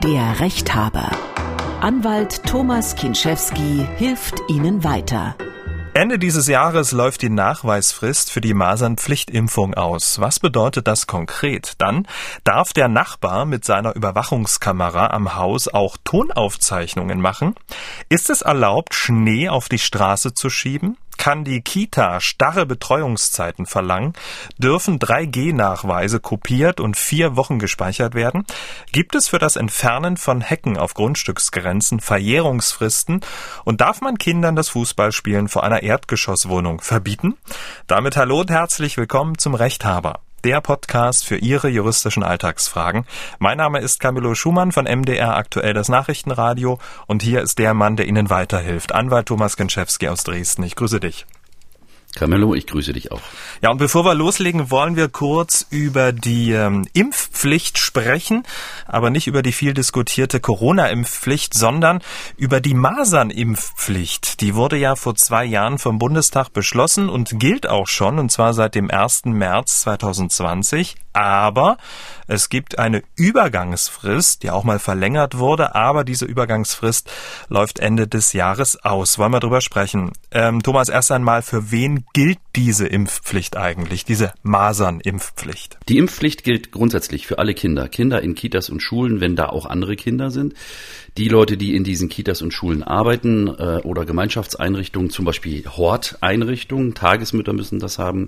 Der Rechthaber. Anwalt Thomas Kinschewski hilft Ihnen weiter. Ende dieses Jahres läuft die Nachweisfrist für die Masernpflichtimpfung aus. Was bedeutet das konkret? Dann darf der Nachbar mit seiner Überwachungskamera am Haus auch Tonaufzeichnungen machen. Ist es erlaubt, Schnee auf die Straße zu schieben? Kann die Kita starre Betreuungszeiten verlangen? Dürfen 3G-Nachweise kopiert und 4 Wochen gespeichert werden? Gibt es für das Entfernen von Hecken auf Grundstücksgrenzen Verjährungsfristen? Und darf man Kindern das Fußballspielen vor einer Erdgeschosswohnung verbieten? Damit hallo und herzlich willkommen zum Rechthaber, der Podcast für Ihre juristischen Alltagsfragen. Mein Name ist Camillo Schumann von MDR aktuell das Nachrichtenradio und hier ist der Mann, der Ihnen weiterhilft, Anwalt Thomas Kinschewski aus Dresden. Ich grüße dich. Camillo, ich grüße dich auch. Ja, und bevor wir loslegen, wollen wir kurz über die Impfpflicht sprechen, aber nicht über die viel diskutierte Corona-Impfpflicht, sondern über die Masernimpfpflicht. Die wurde ja vor 2 Jahren vom Bundestag beschlossen und gilt auch schon, und zwar seit dem 1. März 2020. Aber es gibt eine Übergangsfrist, die auch mal verlängert wurde, aber diese Übergangsfrist läuft Ende des Jahres aus. Wollen wir drüber sprechen? Thomas, erst einmal, für wen gilt diese Impfpflicht eigentlich, diese Masernimpfpflicht? Die Impfpflicht gilt grundsätzlich für alle Kinder. Kinder in Kitas und Schulen, wenn da auch andere Kinder sind. Die Leute, die in diesen Kitas und Schulen arbeiten oder Gemeinschaftseinrichtungen, zum Beispiel Horteinrichtungen, Tagesmütter müssen das haben,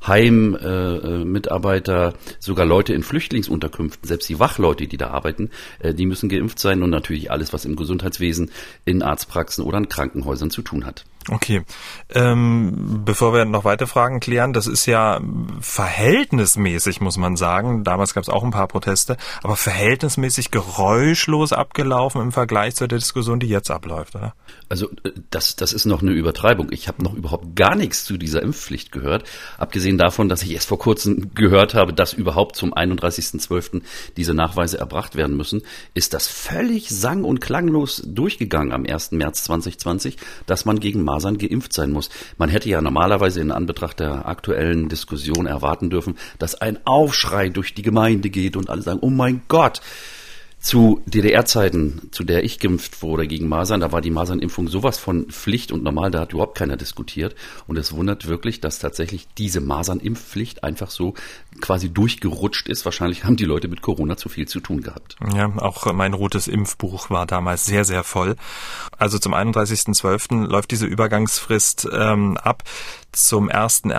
Heimmitarbeiter, sogar Leute in Flüchtlingsunterkünften, selbst die Wachleute, die da arbeiten, die müssen geimpft sein und natürlich alles, was im Gesundheitswesen, in Arztpraxen oder in Krankenhäusern zu tun hat. Okay, bevor wir noch weitere Fragen klären, das ist ja verhältnismäßig, muss man sagen, damals gab es auch ein paar Proteste, aber verhältnismäßig geräuschlos abgelaufen im Vergleich zu der Diskussion, die jetzt abläuft, oder? Also das ist noch eine Übertreibung. Ich habe noch überhaupt gar nichts zu dieser Impfpflicht gehört, abgesehen davon, dass ich erst vor kurzem gehört habe, dass überhaupt zum 31.12. diese Nachweise erbracht werden müssen, ist das völlig sang- und klanglos durchgegangen am 1. März 2020, dass man gegen Masern geimpft sein muss. Man hätte ja normalerweise in Anbetracht der aktuellen Diskussion erwarten dürfen, dass ein Aufschrei durch die Gemeinde geht und alle sagen, oh mein Gott. Zu DDR-Zeiten, zu der ich geimpft wurde gegen Masern, da war die Masernimpfung sowas von Pflicht und normal, da hat überhaupt keiner diskutiert. Und es wundert wirklich, dass tatsächlich diese Masernimpfpflicht einfach so quasi durchgerutscht ist. Wahrscheinlich haben die Leute mit Corona zu viel zu tun gehabt. Ja, auch mein rotes Impfbuch war damals sehr, sehr voll. Also zum 31.12. läuft diese Übergangsfrist ab. Zum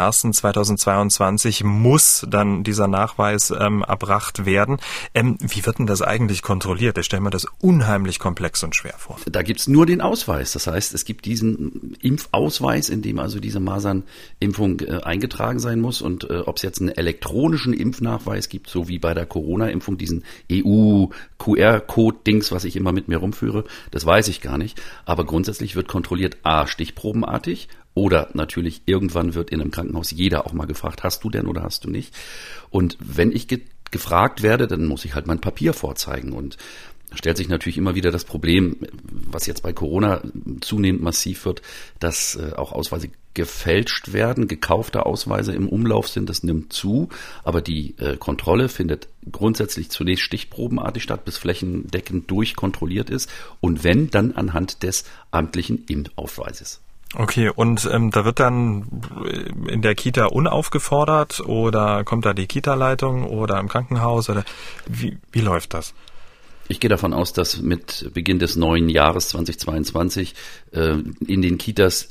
01.01.2022 muss dann dieser Nachweis erbracht werden. Wie wird denn das eigentlich kontrolliert? Ich stelle mir das unheimlich komplex und schwer vor. Da gibt's nur den Ausweis. Das heißt, es gibt diesen Impfausweis, in dem also diese Masernimpfung eingetragen sein muss. Und ob es jetzt einen elektronischen Impfnachweis gibt, so wie bei der Corona-Impfung, diesen EU-QR-Code-Dings, was ich immer mit mir rumführe, das weiß ich gar nicht. Aber grundsätzlich wird kontrolliert stichprobenartig. Oder natürlich irgendwann wird in einem Krankenhaus jeder auch mal gefragt, hast du denn oder hast du nicht? Und wenn ich gefragt werde, dann muss ich halt mein Papier vorzeigen. Und da stellt sich natürlich immer wieder das Problem, was jetzt bei Corona zunehmend massiv wird, dass auch Ausweise gefälscht werden, gekaufte Ausweise im Umlauf sind, das nimmt zu. Aber die Kontrolle findet grundsätzlich zunächst stichprobenartig statt, bis flächendeckend durchkontrolliert ist. Und wenn, dann anhand des amtlichen Impfausweises. Okay, und da wird dann in der Kita unaufgefordert oder kommt da die Kita-Leitung oder im Krankenhaus oder wie läuft das? Ich gehe davon aus, dass mit Beginn des neuen Jahres 2022 in den Kitas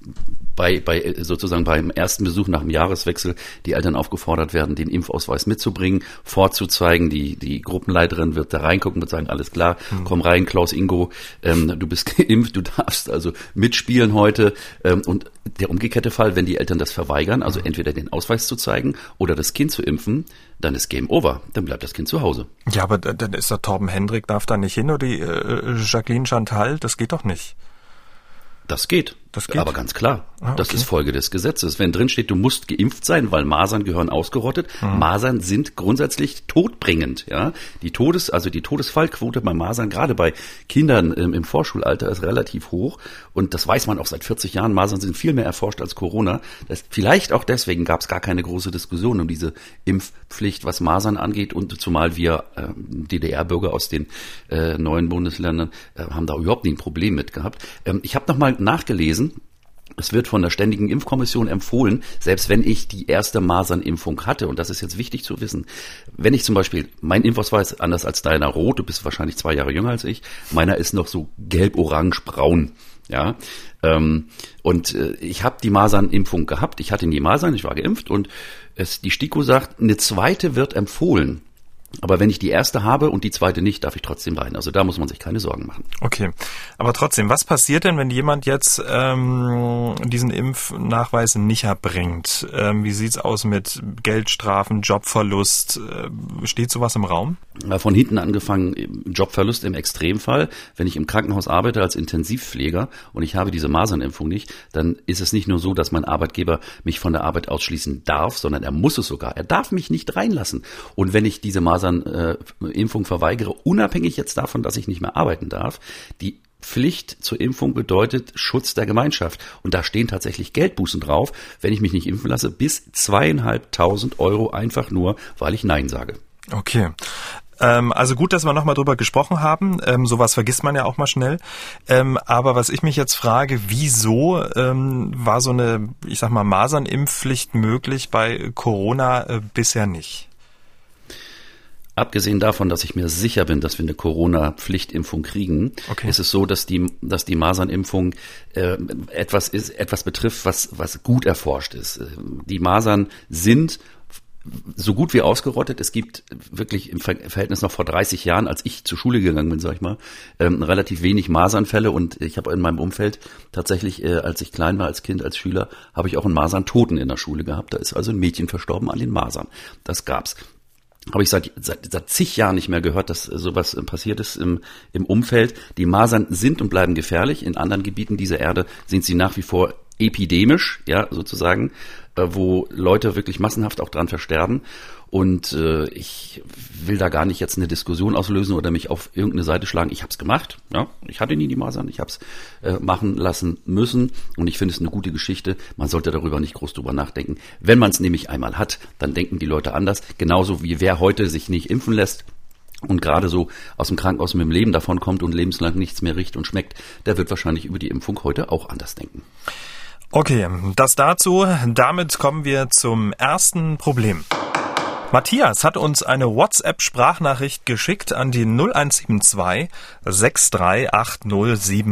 sozusagen beim ersten Besuch nach dem Jahreswechsel die Eltern aufgefordert werden, den Impfausweis mitzubringen, vorzuzeigen. Die Gruppenleiterin wird da reingucken und sagen, alles klar, komm rein, Klaus Ingo, du bist geimpft, du darfst also mitspielen heute. Und der umgekehrte Fall, wenn die Eltern das verweigern, also entweder den Ausweis zu zeigen oder das Kind zu impfen, dann ist Game Over, dann bleibt das Kind zu Hause. Ja, aber dann ist der Torben Hendrik, darf da nicht hin oder die Jacqueline Chantal, das geht doch nicht. Das geht. Das geht? Aber ganz klar, okay. Das ist Folge des Gesetzes. Wenn drin steht, du musst geimpft sein, weil Masern gehören ausgerottet. Masern sind grundsätzlich todbringend. Ja, die Todesfallquote bei Masern, gerade bei Kindern im Vorschulalter, ist relativ hoch. Und das weiß man auch seit 40 Jahren. Masern sind viel mehr erforscht als Corona. Vielleicht auch deswegen gab es gar keine große Diskussion um diese Impfpflicht, was Masern angeht. Und zumal wir DDR-Bürger aus den neuen Bundesländern haben da überhaupt nie ein Problem mit gehabt. Ich habe nochmal nachgelesen. Es wird von der Ständigen Impfkommission empfohlen, selbst wenn ich die erste Masernimpfung hatte, und das ist jetzt wichtig zu wissen, wenn ich zum Beispiel, mein Impfausweis anders als deiner rot, du bist wahrscheinlich 2 Jahre jünger als ich, meiner ist noch so gelb, orange, braun, ja, und ich habe die Masernimpfung gehabt, ich hatte nie Masern, ich war geimpft und die STIKO sagt, eine zweite wird empfohlen. Aber wenn ich die erste habe und die zweite nicht, darf ich trotzdem rein. Also da muss man sich keine Sorgen machen. Okay, aber trotzdem, was passiert denn, wenn jemand jetzt diesen Impfnachweis nicht erbringt? Wie sieht's aus mit Geldstrafen, Jobverlust? Steht sowas im Raum? Von hinten angefangen, Jobverlust im Extremfall. Wenn ich im Krankenhaus arbeite als Intensivpfleger und ich habe diese Masernimpfung nicht, dann ist es nicht nur so, dass mein Arbeitgeber mich von der Arbeit ausschließen darf, sondern er muss es sogar. Er darf mich nicht reinlassen. Und wenn ich diese Masernimpfung verweigere, unabhängig jetzt davon, dass ich nicht mehr arbeiten darf, die Pflicht zur Impfung bedeutet Schutz der Gemeinschaft. Und da stehen tatsächlich Geldbußen drauf, wenn ich mich nicht impfen lasse, bis 2.500 € einfach nur, weil ich Nein sage. Okay. Also gut, dass wir nochmal drüber gesprochen haben. Sowas vergisst man ja auch mal schnell. Aber was ich mich jetzt frage, wieso war so eine, ich sag mal, Masernimpfpflicht möglich bei Corona bisher nicht? Abgesehen davon, dass ich mir sicher bin, dass wir eine Corona-Pflichtimpfung kriegen, ist es so, dass die Masernimpfung etwas betrifft, was gut erforscht ist. Die Masern sind so gut wie ausgerottet. Es gibt wirklich im Verhältnis noch vor 30 Jahren, als ich zur Schule gegangen bin, sag ich mal, relativ wenig Masernfälle. Und ich habe in meinem Umfeld tatsächlich, als ich klein war, als Kind, als Schüler, habe ich auch einen Maserntoten in der Schule gehabt. Da ist also ein Mädchen verstorben an den Masern. Das gab's. Habe ich seit zig Jahren nicht mehr gehört, dass sowas passiert ist im Umfeld. Die Masern sind und bleiben gefährlich. In anderen Gebieten dieser Erde sind sie nach wie vor epidemisch, ja, sozusagen, wo Leute wirklich massenhaft auch dran versterben. Und ich will da gar nicht jetzt eine Diskussion auslösen oder mich auf irgendeine Seite schlagen. Ich habe es gemacht. Ja, ich hatte nie die Masern. Ich habe es machen lassen müssen. Und ich finde es eine gute Geschichte. Man sollte darüber nicht groß drüber nachdenken. Wenn man es nämlich einmal hat, dann denken die Leute anders. Genauso wie wer heute sich nicht impfen lässt und gerade so aus dem Krankenhaus mit dem Leben davonkommt und lebenslang nichts mehr riecht und schmeckt, der wird wahrscheinlich über die Impfung heute auch anders denken. Okay, das dazu. Damit kommen wir zum ersten Problem. Matthias hat uns eine WhatsApp-Sprachnachricht geschickt an die 0172 6380789.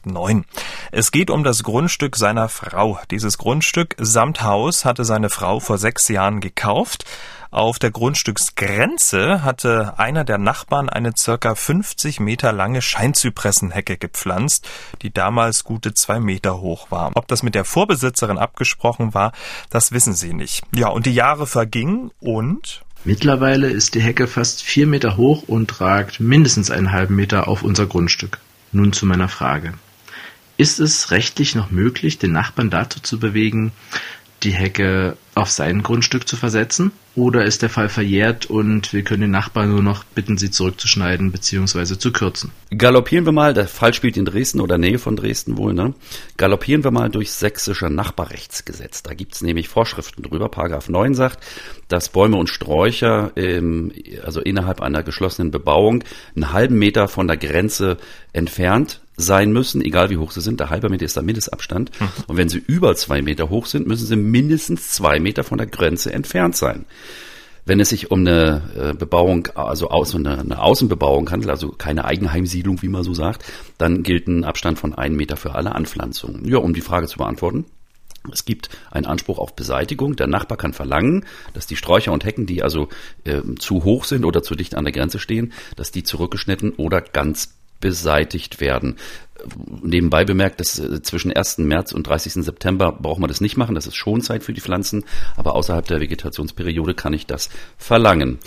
Es geht um das Grundstück seiner Frau. Dieses Grundstück samt Haus hatte seine Frau vor 6 Jahren gekauft. Auf der Grundstücksgrenze hatte einer der Nachbarn eine circa 50 Meter lange Scheinzypressenhecke gepflanzt, die damals gute 2 Meter hoch war. Ob das mit der Vorbesitzerin abgesprochen war, das wissen sie nicht. Ja, und die Jahre vergingen und... Mittlerweile ist die Hecke fast 4 Meter hoch und ragt mindestens einen halben Meter auf unser Grundstück. Nun zu meiner Frage. Ist es rechtlich noch möglich, den Nachbarn dazu zu bewegen, die Hecke auf sein Grundstück zu versetzen? Oder ist der Fall verjährt und wir können den Nachbarn nur noch bitten, sie zurückzuschneiden bzw. zu kürzen? Galoppieren wir mal, der Fall spielt in Dresden oder Nähe von Dresden wohl, ne? Galoppieren wir mal durchs sächsische Nachbarrechtsgesetz. Da gibt's nämlich Vorschriften drüber. Paragraph 9 sagt, dass Bäume und Sträucher also innerhalb einer geschlossenen Bebauung einen halben Meter von der Grenze entfernt sein müssen, egal wie hoch sie sind. Der halbe Meter ist der Mindestabstand. Und wenn sie über 2 Meter hoch sind, müssen sie mindestens 2 Meter von der Grenze entfernt sein. Wenn es sich um eine Bebauung, also eine Außenbebauung handelt, also keine Eigenheimsiedlung, wie man so sagt, dann gilt ein Abstand von 1 Meter für alle Anpflanzungen. Ja, um die Frage zu beantworten. Es gibt einen Anspruch auf Beseitigung. Der Nachbar kann verlangen, dass die Sträucher und Hecken, die also zu hoch sind oder zu dicht an der Grenze stehen, dass die zurückgeschnitten oder ganz beseitigt werden. Nebenbei bemerkt, dass zwischen 1. März und 30. September braucht man das nicht machen. Das ist Schonzeit für die Pflanzen. Aber außerhalb der Vegetationsperiode kann ich das verlangen.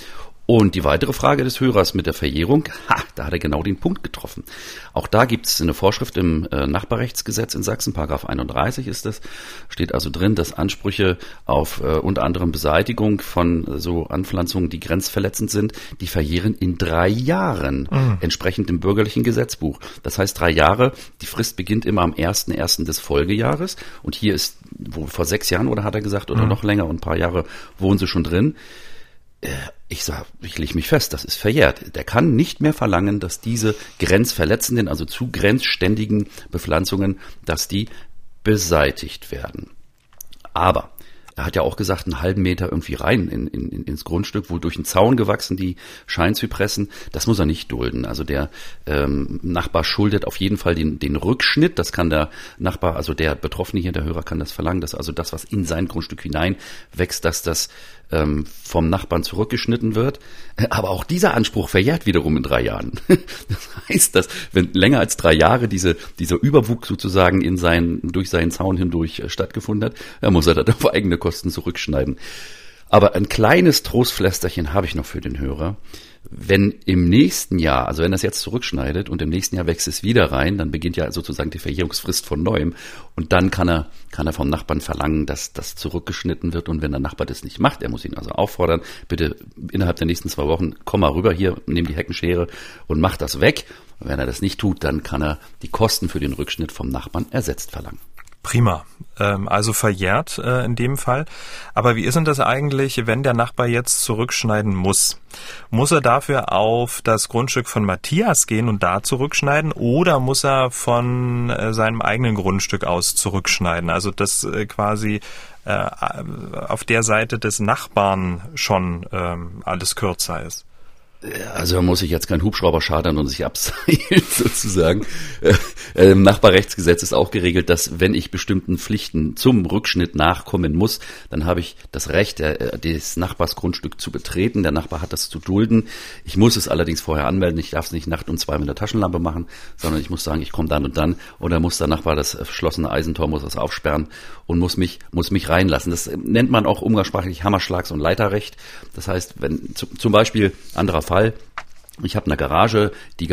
Und die weitere Frage des Hörers mit der Verjährung, da hat er genau den Punkt getroffen. Auch da gibt es eine Vorschrift im Nachbarrechtsgesetz in Sachsen, Paragraph 31 ist das, steht also drin, dass Ansprüche auf unter anderem Beseitigung von so Anpflanzungen, die grenzverletzend sind, die verjähren in 3 Jahren, entsprechend dem bürgerlichen Gesetzbuch. Das heißt 3 Jahre, die Frist beginnt immer am 1.1. des Folgejahres und hier ist, vor 6 Jahren, oder hat er gesagt, oder noch länger und ein paar Jahre wohnen sie schon drin. Ich lege mich fest, das ist verjährt. Der kann nicht mehr verlangen, dass diese grenzverletzenden, also zu grenzständigen Bepflanzungen, dass die beseitigt werden. Aber er hat ja auch gesagt, einen halben Meter irgendwie rein ins Grundstück, wohl durch einen Zaun gewachsen, die Scheinzypressen, das muss er nicht dulden. Also der Nachbar schuldet auf jeden Fall den Rückschnitt, das kann der Nachbar, also der Betroffene hier, der Hörer kann das verlangen, dass also das, was in sein Grundstück hinein wächst, dass das vom Nachbarn zurückgeschnitten wird. Aber auch dieser Anspruch verjährt wiederum in 3 Jahren. Das heißt, dass wenn länger als 3 Jahre dieser Überwuchs sozusagen durch seinen Zaun hindurch stattgefunden hat, dann muss er das auf eigene Kosten zurückschneiden. Aber ein kleines Trostpflästerchen habe ich noch für den Hörer. Wenn im nächsten Jahr, also wenn das jetzt zurückschneidet und im nächsten Jahr wächst es wieder rein, dann beginnt ja sozusagen die Verjährungsfrist von neuem und dann kann er vom Nachbarn verlangen, dass das zurückgeschnitten wird und wenn der Nachbar das nicht macht, er muss ihn also auffordern, bitte innerhalb der nächsten 2 Wochen, komm mal rüber hier, nimm die Heckenschere und mach das weg. Und wenn er das nicht tut, dann kann er die Kosten für den Rückschnitt vom Nachbarn ersetzt verlangen. Prima. Also verjährt in dem Fall. Aber wie ist denn das eigentlich, wenn der Nachbar jetzt zurückschneiden muss? Muss er dafür auf das Grundstück von Matthias gehen und da zurückschneiden oder muss er von seinem eigenen Grundstück aus zurückschneiden? Also dass quasi auf der Seite des Nachbarn schon alles kürzer ist. Also man muss sich jetzt keinen Hubschrauber schadern und sich abseilen sozusagen. Im Nachbarrechtsgesetz ist auch geregelt, dass wenn ich bestimmten Pflichten zum Rückschnitt nachkommen muss, dann habe ich das Recht, des Nachbars Grundstück zu betreten. Der Nachbar hat das zu dulden. Ich muss es allerdings vorher anmelden. Ich darf es nicht nachts um 2 mit der Taschenlampe machen, sondern ich muss sagen, ich komme dann und dann. Oder muss der Nachbar das verschlossene Eisentor, muss das aufsperren und muss mich reinlassen. Das nennt man auch umgangssprachlich Hammerschlags- und Leiterrecht. Das heißt, wenn zum Beispiel anderer Fall, ich habe eine Garage, die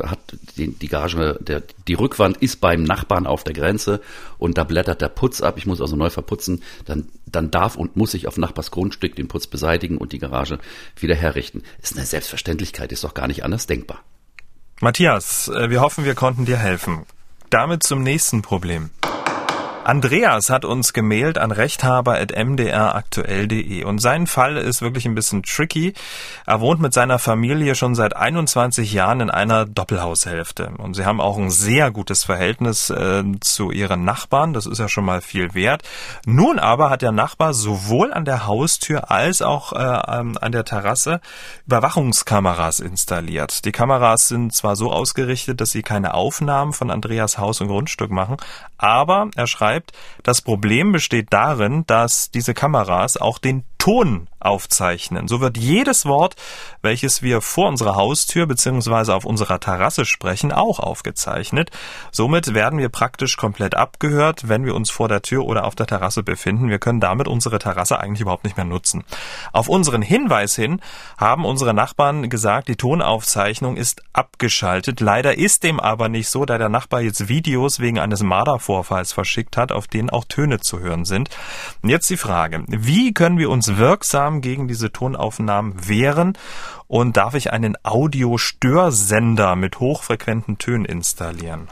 Rückwand ist beim Nachbarn auf der Grenze und da blättert der Putz ab, ich muss also neu verputzen, dann darf und muss ich auf Nachbars Grundstück den Putz beseitigen und die Garage wieder herrichten. Ist eine Selbstverständlichkeit, ist doch gar nicht anders denkbar. Matthias, wir hoffen, wir konnten dir helfen. Damit zum nächsten Problem. Andreas hat uns gemailt an rechthaber@mdraktuell.de und sein Fall ist wirklich ein bisschen tricky. Er wohnt mit seiner Familie schon seit 21 Jahren in einer Doppelhaushälfte und sie haben auch ein sehr gutes Verhältnis zu ihren Nachbarn. Das ist ja schon mal viel wert. Nun aber hat der Nachbar sowohl an der Haustür als auch an der Terrasse Überwachungskameras installiert. Die Kameras sind zwar so ausgerichtet, dass sie keine Aufnahmen von Andreas Haus und Grundstück machen, aber er schreibt, das Problem besteht darin, dass diese Kameras auch den Ton aufzeichnen. So wird jedes Wort, welches wir vor unserer Haustür bzw. auf unserer Terrasse sprechen, auch aufgezeichnet. Somit werden wir praktisch komplett abgehört, wenn wir uns vor der Tür oder auf der Terrasse befinden. Wir können damit unsere Terrasse eigentlich überhaupt nicht mehr nutzen. Auf unseren Hinweis hin haben unsere Nachbarn gesagt, die Tonaufzeichnung ist abgeschaltet. Leider ist dem aber nicht so, da der Nachbar jetzt Videos wegen eines Mardervorfalls verschickt hat, auf denen auch Töne zu hören sind. Und jetzt die Frage, wie können wir uns wirksam gegen diese Tonaufnahmen wehren und darf ich einen Audiostörsender mit hochfrequenten Tönen installieren?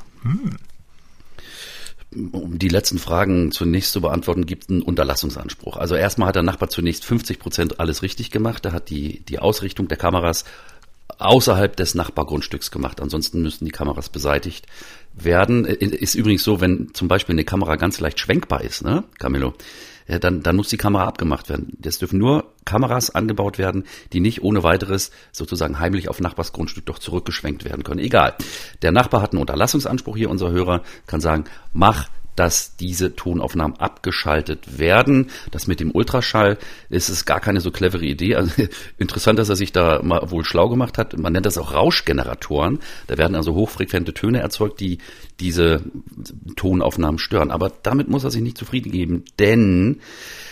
Um die letzten Fragen zunächst zu beantworten, gibt es einen Unterlassungsanspruch. Also erstmal hat der Nachbar zunächst 50% alles richtig gemacht. Er hat die Ausrichtung der Kameras außerhalb des Nachbargrundstücks gemacht. Ansonsten müssten die Kameras beseitigt werden. Ist übrigens so, wenn zum Beispiel eine Kamera ganz leicht schwenkbar ist, ne, Camillo? Dann muss die Kamera abgemacht werden. Es dürfen nur Kameras angebaut werden, die nicht ohne weiteres sozusagen heimlich auf Nachbars Grundstück doch zurückgeschwenkt werden können. Egal. Der Nachbar hat einen Unterlassungsanspruch hier, unser Hörer kann sagen, mach, dass diese Tonaufnahmen abgeschaltet werden. Das mit dem Ultraschall ist gar keine so clevere Idee. Also interessant, dass er sich da mal wohl schlau gemacht hat. Man nennt das auch Rauschgeneratoren. Da werden also hochfrequente Töne erzeugt, die diese Tonaufnahmen stören. Aber damit muss er sich nicht zufrieden geben, denn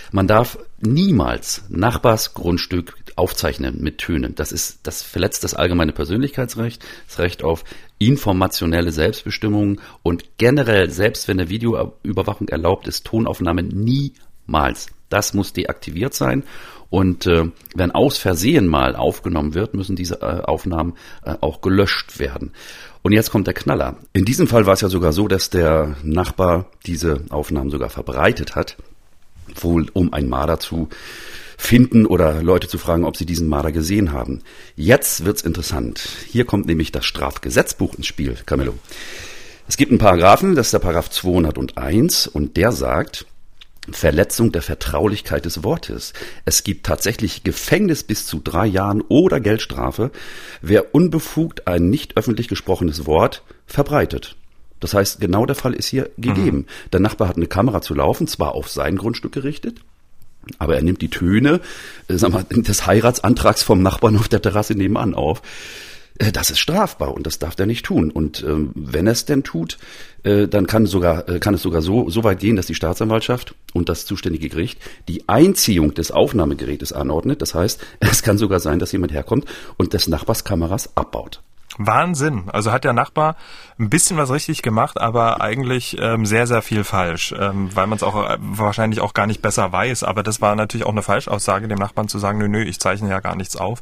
Man darf niemals Nachbarsgrundstück aufzeichnen mit Tönen. Das verletzt das allgemeine Persönlichkeitsrecht, das Recht auf informationelle Selbstbestimmung und generell, selbst wenn eine Videoüberwachung erlaubt ist, Tonaufnahmen niemals. Das muss deaktiviert sein. Und wenn aus Versehen mal aufgenommen wird, müssen diese Aufnahmen auch gelöscht werden. Und jetzt kommt der Knaller. In diesem Fall war es ja sogar so, dass der Nachbar diese Aufnahmen sogar verbreitet hat, wohl um einen Marder zu finden oder Leute zu fragen, ob sie diesen Marder gesehen haben. Jetzt wird's interessant. Hier kommt nämlich das Strafgesetzbuch ins Spiel, Camillo. Es gibt einen Paragraphen, das ist der Paragraph 201 und der sagt, Verletzung der Vertraulichkeit des Wortes. Es gibt tatsächlich Gefängnis bis zu 3 Jahren oder Geldstrafe, wer unbefugt ein nicht öffentlich gesprochenes Wort verbreitet. Das heißt, genau der Fall ist hier gegeben. Der Nachbar hat eine Kamera zu laufen, zwar auf sein Grundstück gerichtet, aber er nimmt die Töne des Heiratsantrags vom Nachbarn auf der Terrasse nebenan auf. Das ist strafbar und das darf der nicht tun. Und wenn er es denn tut, dann kann es sogar so weit gehen, dass die Staatsanwaltschaft und das zuständige Gericht die Einziehung des Aufnahmegerätes anordnet. Das heißt, es kann sogar sein, dass jemand herkommt und des Nachbars Kameras abbaut. Wahnsinn. Also hat der Nachbar ein bisschen was richtig gemacht, aber eigentlich sehr, sehr viel falsch, weil man es auch wahrscheinlich auch gar nicht besser weiß. Aber das war natürlich auch eine Falschaussage, dem Nachbarn zu sagen, nö, ich zeichne ja gar nichts auf,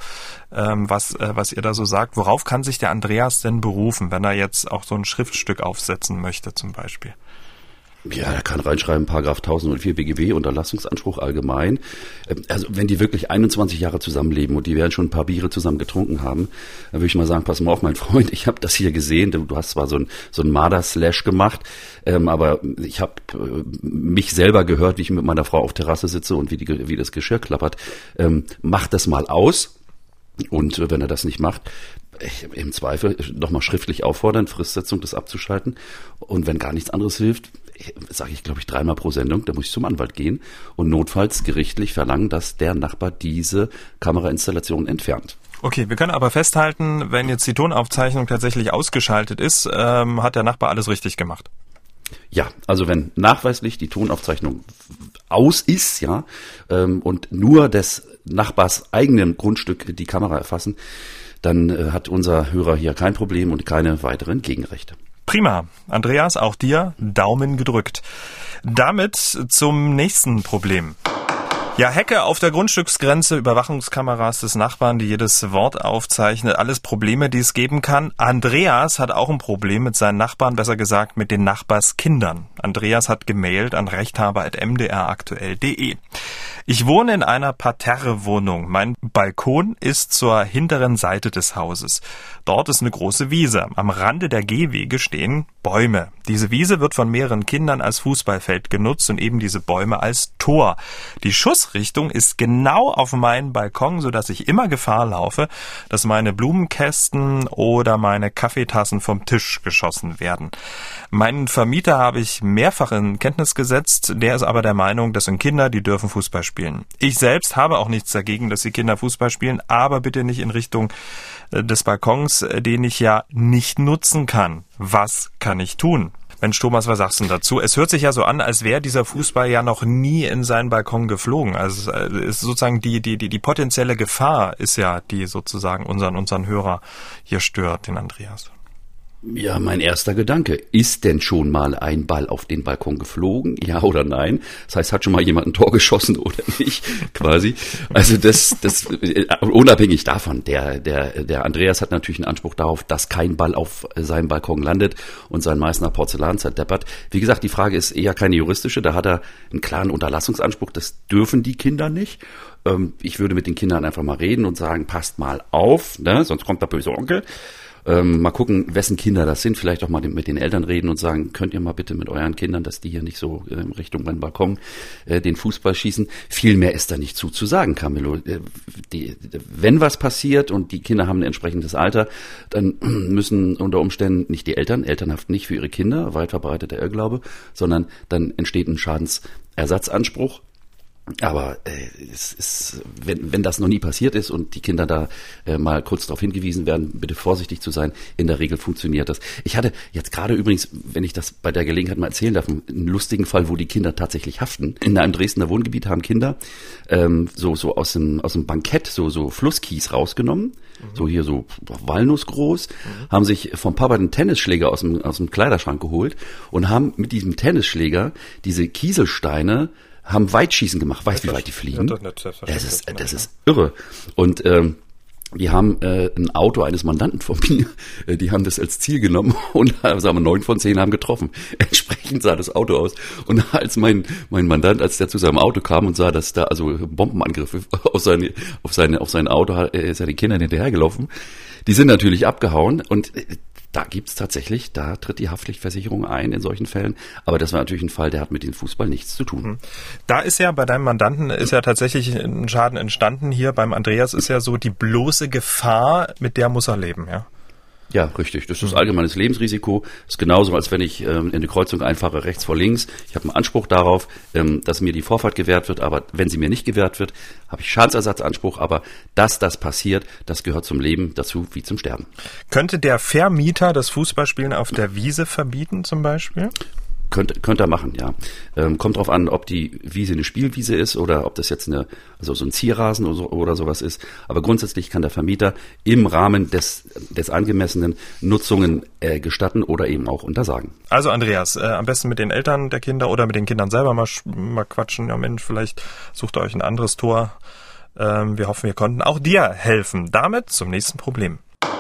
was ihr da so sagt. Worauf kann sich der Andreas denn berufen, wenn er jetzt auch so ein Schriftstück aufsetzen möchte zum Beispiel? Ja, er kann reinschreiben, Paragraph 1004 BGB, Unterlassungsanspruch allgemein. Also wenn die wirklich 21 Jahre zusammenleben und die werden schon ein paar Biere zusammen getrunken haben, dann würde ich mal sagen, pass mal auf, mein Freund, ich habe das hier gesehen. Du hast zwar so ein Marder-Slash gemacht, aber ich habe mich selber gehört, wie ich mit meiner Frau auf Terrasse sitze und wie das Geschirr klappert. Mach das mal aus. Und wenn er das nicht macht, im Zweifel nochmal schriftlich auffordern, Fristsetzung, das abzuschalten. Und wenn gar nichts anderes hilft, sage ich, glaube ich, 3-mal pro Sendung, da muss ich zum Anwalt gehen und notfalls gerichtlich verlangen, dass der Nachbar diese Kamerainstallation entfernt. Okay, wir können aber festhalten, wenn jetzt die Tonaufzeichnung tatsächlich ausgeschaltet ist, hat der Nachbar alles richtig gemacht. Ja, also wenn nachweislich die Tonaufzeichnung aus ist, ja, und nur des Nachbars eigenem Grundstück die Kamera erfassen, dann hat unser Hörer hier kein Problem und keine weiteren Gegenrechte. Prima. Andreas, auch dir Daumen gedrückt. Damit zum nächsten Problem. Ja, Hecke auf der Grundstücksgrenze, Überwachungskameras des Nachbarn, die jedes Wort aufzeichnet, alles Probleme, die es geben kann. Andreas hat auch ein Problem mit seinen Nachbarn, besser gesagt mit den Nachbarskindern. Andreas hat gemailt an rechthaber@mdraktuell.de. Ich wohne in einer Parterrewohnung. Mein Balkon ist zur hinteren Seite des Hauses. Dort ist eine große Wiese. Am Rande der Gehwege stehen Bäume. Diese Wiese wird von mehreren Kindern als Fußballfeld genutzt und eben diese Bäume als Tor. Die Schussrichtung ist genau auf meinen Balkon, sodass ich immer Gefahr laufe, dass meine Blumenkästen oder meine Kaffeetassen vom Tisch geschossen werden. Meinen Vermieter habe ich mehrfach in Kenntnis gesetzt. Der ist aber der Meinung, das sind Kinder, die dürfen Fußball spielen. Ich selbst habe auch nichts dagegen, dass die Kinder Fußball spielen, aber bitte nicht in Richtung des Balkons, den ich ja nicht nutzen kann. Was kann ich tun? Mensch, Thomas, was sagst du dazu? Es hört sich ja so an, als wäre dieser Fußball ja noch nie in seinen Balkon geflogen. Also ist sozusagen die potenzielle Gefahr ist ja, die sozusagen unseren Hörer hier stört, den Andreas. Ja, mein erster Gedanke, ist denn schon mal ein Ball auf den Balkon geflogen? Ja oder nein? Das heißt, hat schon mal jemand ein Tor geschossen oder nicht? Quasi. Also das unabhängig davon, der Andreas hat natürlich einen Anspruch darauf, dass kein Ball auf seinem Balkon landet und sein Meißner Porzellan zerdeppert. Wie gesagt, die Frage ist eher keine juristische, da hat er einen klaren Unterlassungsanspruch, das dürfen die Kinder nicht. Ich würde mit den Kindern einfach mal reden und sagen, passt mal auf, ne? Sonst kommt der böse Onkel. Mal gucken, wessen Kinder das sind, vielleicht auch mal mit den Eltern reden und sagen, könnt ihr mal bitte mit euren Kindern, dass die hier nicht so Richtung meinen Balkon den Fußball schießen. Viel mehr ist da nicht zu sagen, Camillo. Wenn was passiert und die Kinder haben ein entsprechendes Alter, dann müssen unter Umständen nicht die Elternhaft nicht für ihre Kinder, weit verbreiteter Irrglaube, sondern dann entsteht ein Schadensersatzanspruch. Aber wenn das noch nie passiert ist und die Kinder da mal kurz darauf hingewiesen werden, bitte vorsichtig zu sein, in der Regel funktioniert das. Ich hatte jetzt gerade übrigens, wenn ich das bei der Gelegenheit mal erzählen darf, einen lustigen Fall, wo die Kinder tatsächlich haften. In einem Dresdner Wohngebiet haben Kinder so aus dem Bankett so Flusskies rausgenommen, so hier so Walnuss groß, haben sich vom Papa den Tennisschläger aus dem Kleiderschrank geholt und haben mit diesem Tennisschläger diese Kieselsteine haben Weitschießen gemacht. Weißt du, wie weit die fliegen? Das ist irre. Und die haben ein Auto eines Mandanten von mir, die haben das als Ziel genommen und sagen wir 9 von 10 haben getroffen. Entsprechend sah das Auto aus. Und als mein Mandant, als der zu seinem Auto kam und sah, dass da also Bombenangriffe auf sein Auto, seine Kinder hinterhergelaufen, die sind natürlich abgehauen und da tritt die Haftpflichtversicherung ein in solchen Fällen. Aber das war natürlich ein Fall, der hat mit dem Fußball nichts zu tun. Da ist ja bei deinem Mandanten tatsächlich ein Schaden entstanden. Hier beim Andreas ist ja so die bloße Gefahr, mit der muss er leben, ja? Ja, richtig. Das ist allgemeines Lebensrisiko. Das ist genauso, als wenn ich in eine Kreuzung einfahre, rechts vor links. Ich habe einen Anspruch darauf, dass mir die Vorfahrt gewährt wird. Aber wenn sie mir nicht gewährt wird, habe ich Schadensersatzanspruch. Aber dass das passiert, das gehört zum Leben dazu wie zum Sterben. Könnte der Vermieter das Fußballspielen auf der Wiese verbieten zum Beispiel? Könnte er machen, ja. Kommt drauf an, ob die Wiese eine Spielwiese ist oder ob das jetzt so ein Zierrasen oder sowas ist. Aber grundsätzlich kann der Vermieter im Rahmen des angemessenen Nutzungen gestatten oder eben auch untersagen. Also Andreas, am besten mit den Eltern der Kinder oder mit den Kindern selber mal quatschen. Ja Mensch, vielleicht sucht ihr euch ein anderes Tor. Wir hoffen, wir konnten auch dir helfen. Damit zum nächsten Problem.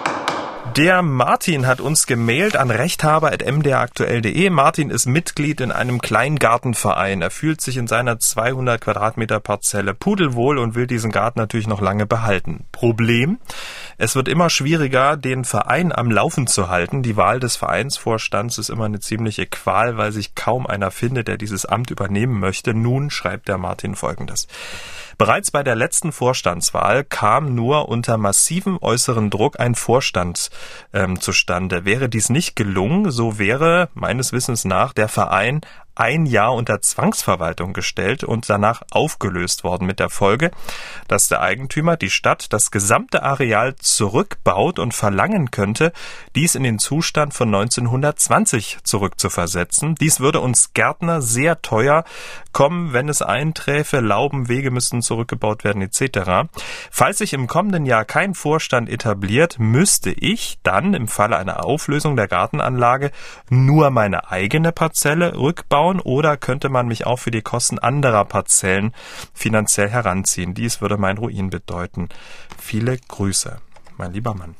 Der Martin hat uns gemailt an rechthaber@mdraktuell.de. Martin ist Mitglied in einem Kleingartenverein. Er fühlt sich in seiner 200 Quadratmeter Parzelle pudelwohl und will diesen Garten natürlich noch lange behalten. Problem: Es wird immer schwieriger, den Verein am Laufen zu halten. Die Wahl des Vereinsvorstands ist immer eine ziemliche Qual, weil sich kaum einer findet, der dieses Amt übernehmen möchte. Nun schreibt der Martin Folgendes. Bereits bei der letzten Vorstandswahl kam nur unter massivem äußeren Druck ein Vorstand zustande. Wäre dies nicht gelungen, so wäre meines Wissens nach der Verein 1 Jahr unter Zwangsverwaltung gestellt und danach aufgelöst worden, mit der Folge, dass der Eigentümer, die Stadt, das gesamte Areal zurückbaut und verlangen könnte, dies in den Zustand von 1920 zurückzuversetzen. Dies würde uns Gärtner sehr teuer kommen, wenn es einträfe. Lauben, Wege müssten zurückgebaut werden etc. Falls sich im kommenden Jahr kein Vorstand etabliert, müsste ich dann im Falle einer Auflösung der Gartenanlage nur meine eigene Parzelle rückbauen, oder könnte man mich auch für die Kosten anderer Parzellen finanziell heranziehen? Dies würde mein Ruin bedeuten. Viele Grüße, mein lieber Mann.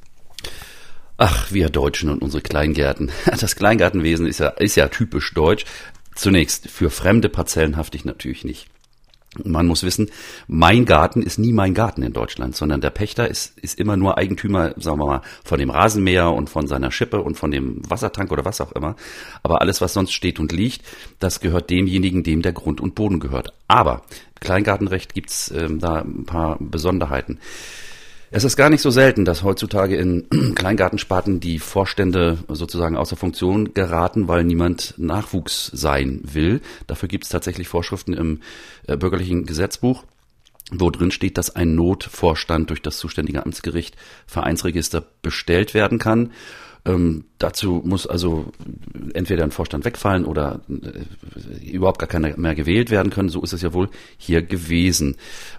Ach, wir Deutschen und unsere Kleingärten. Das Kleingartenwesen ist ja typisch deutsch. Zunächst, für fremde Parzellen hafte ich natürlich nicht. Man muss wissen, mein Garten ist nie mein Garten in Deutschland, sondern der Pächter ist immer nur Eigentümer, sagen wir mal, von dem Rasenmäher und von seiner Schippe und von dem Wassertank oder was auch immer. Aber alles, was sonst steht und liegt, das gehört demjenigen, dem der Grund und Boden gehört. Aber Kleingartenrecht gibt's da ein paar Besonderheiten. Es ist gar nicht so selten, dass heutzutage in Kleingartensparten die Vorstände sozusagen außer Funktion geraten, weil niemand Nachwuchs sein will. Dafür gibt es tatsächlich Vorschriften im bürgerlichen Gesetzbuch, wo drin steht, dass ein Notvorstand durch das zuständige Amtsgericht Vereinsregister bestellt werden kann. Dazu muss also entweder ein Vorstand wegfallen oder überhaupt gar keiner mehr gewählt werden können. So ist es ja wohl hier gewesen.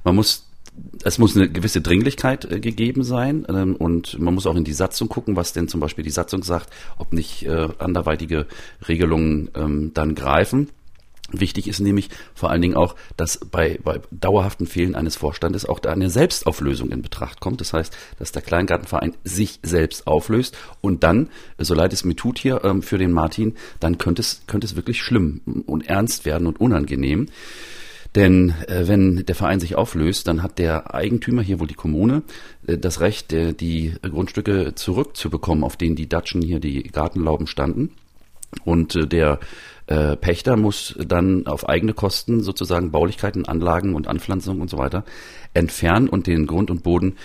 Es muss eine gewisse Dringlichkeit gegeben sein und man muss auch in die Satzung gucken, was denn zum Beispiel die Satzung sagt, ob nicht anderweitige Regelungen dann greifen. Wichtig ist nämlich vor allen Dingen auch, dass bei dauerhaftem Fehlen eines Vorstandes auch da eine Selbstauflösung in Betracht kommt. Das heißt, dass der Kleingartenverein sich selbst auflöst und dann, so leid es mir tut hier für den Martin, dann könnte es wirklich schlimm und ernst werden und unangenehm. Denn wenn der Verein sich auflöst, dann hat der Eigentümer, hier wohl die Kommune, das Recht, die Grundstücke zurückzubekommen, auf denen die Datschen hier, die Gartenlauben standen. Und der Pächter muss dann auf eigene Kosten sozusagen Baulichkeiten, Anlagen und Anpflanzungen und so weiter entfernen und den Grund und Boden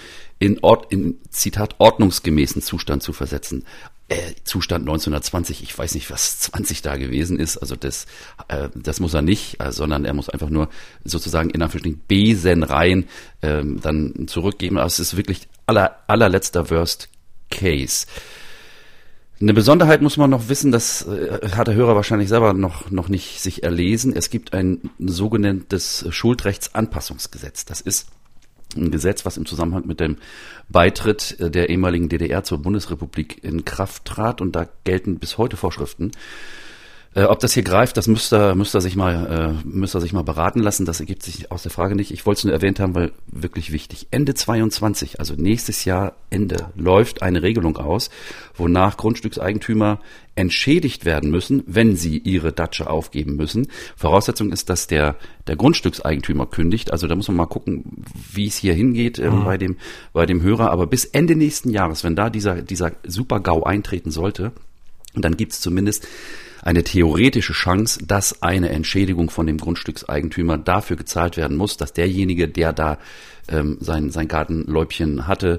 Zitat, ordnungsgemäßen Zustand zu versetzen. Zustand 1920, ich weiß nicht, was 20 da gewesen ist, also das muss er nicht, sondern er muss einfach nur sozusagen in Anführungsstrichen besenrein dann zurückgeben. Aber es ist wirklich allerletzter Worst Case. Eine Besonderheit muss man noch wissen, das hat der Hörer wahrscheinlich selber noch nicht sich erlesen. Es gibt ein sogenanntes Schuldrechtsanpassungsgesetz. Das ist ein Gesetz, was im Zusammenhang mit dem Beitritt der ehemaligen DDR zur Bundesrepublik in Kraft trat, und da gelten bis heute Vorschriften. Ob das hier greift, das müsst ihr sich mal beraten lassen. Das ergibt sich aus der Frage nicht. Ich wollte es nur erwähnt haben, weil wirklich wichtig. Ende 22, also nächstes Jahr Ende, läuft eine Regelung aus, wonach Grundstückseigentümer entschädigt werden müssen, wenn sie ihre Datsche aufgeben müssen. Voraussetzung ist, dass der Grundstückseigentümer kündigt. Also da muss man mal gucken, wie es hier hingeht bei dem Hörer. Aber bis Ende nächsten Jahres, wenn da dieser Super-GAU eintreten sollte, dann gibt es zumindest eine theoretische Chance, dass eine Entschädigung von dem Grundstückseigentümer dafür gezahlt werden muss, dass derjenige, der da sein Gartenläubchen hatte,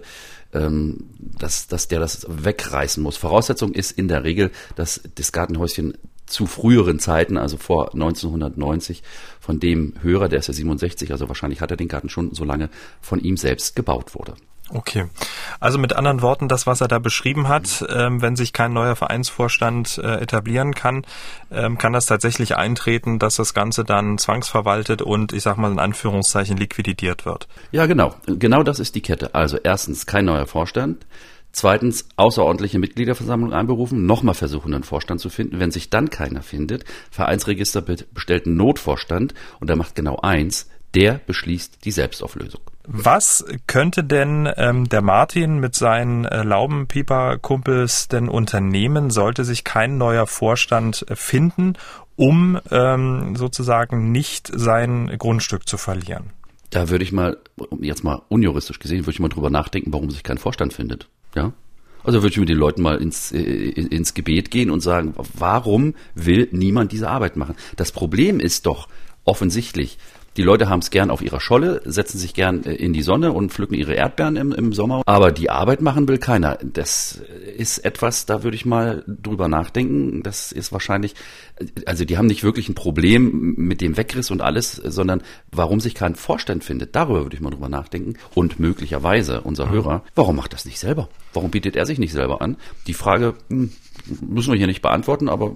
dass der das wegreißen muss. Voraussetzung ist in der Regel, dass das Gartenhäuschen zu früheren Zeiten, also vor 1990, von dem Hörer, der ist ja 67, also wahrscheinlich hat er den Garten schon so lange, von ihm selbst gebaut wurde. Okay, also mit anderen Worten, das, was er da beschrieben hat, wenn sich kein neuer Vereinsvorstand etablieren kann, kann das tatsächlich eintreten, dass das Ganze dann zwangsverwaltet und, ich sag mal in Anführungszeichen, liquidiert wird. Ja, genau. Genau das ist die Kette. Also erstens kein neuer Vorstand. Zweitens außerordentliche Mitgliederversammlung einberufen, nochmal versuchen, einen Vorstand zu finden. Wenn sich dann keiner findet, Vereinsregister bestellt einen Notvorstand, und der macht genau eins, der beschließt die Selbstauflösung. Was könnte denn der Martin mit seinen Laubenpieper-Kumpels denn unternehmen, sollte sich kein neuer Vorstand finden, um sozusagen nicht sein Grundstück zu verlieren? Da würde ich mal, jetzt mal unjuristisch gesehen, würde ich mal drüber nachdenken, warum sich kein Vorstand findet. Ja? Also würde ich mit den Leuten mal ins Gebet gehen und sagen, warum will niemand diese Arbeit machen? Das Problem ist doch offensichtlich, die Leute haben es gern auf ihrer Scholle, setzen sich gern in die Sonne und pflücken ihre Erdbeeren im Sommer. Aber die Arbeit machen will keiner. Das ist etwas, da würde ich mal drüber nachdenken. Das ist wahrscheinlich, also die haben nicht wirklich ein Problem mit dem Wegriss und alles, sondern warum sich kein Vorstand findet. Darüber würde ich mal drüber nachdenken. Und möglicherweise unser Hörer, warum macht das nicht selber? Warum bietet er sich nicht selber an? Die Frage müssen wir hier nicht beantworten, aber